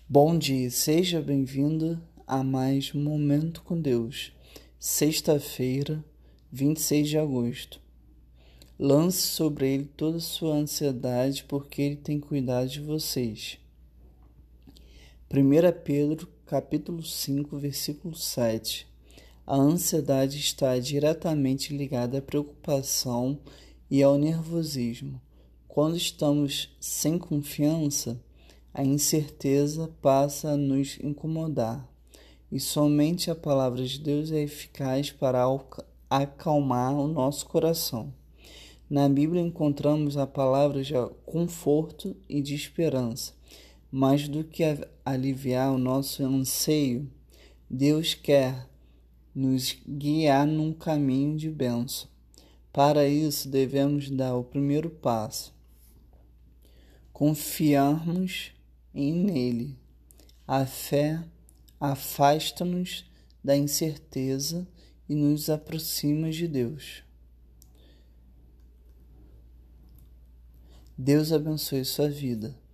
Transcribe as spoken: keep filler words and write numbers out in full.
Bom dia, seja bem-vindo a mais um Momento com Deus. Sexta-feira, vinte e seis de agosto. Lance sobre ele toda a sua ansiedade, porque ele tem cuidado de vocês. primeira Pedro, capítulo cinco, versículo sete. A ansiedade está diretamente ligada à preocupação e ao nervosismo. Quando estamos sem confiança, a incerteza passa a nos incomodar, e somente a palavra de Deus é eficaz para acalmar o nosso coração. Na Bíblia encontramos a palavra de conforto e de esperança. Mais do que aliviar o nosso anseio, Deus quer nos guiar num caminho de bênção. Para isso, devemos dar o primeiro passo: confiarmos em nele. A fé afasta-nos da incerteza e nos aproxima de Deus. Deus abençoe sua vida.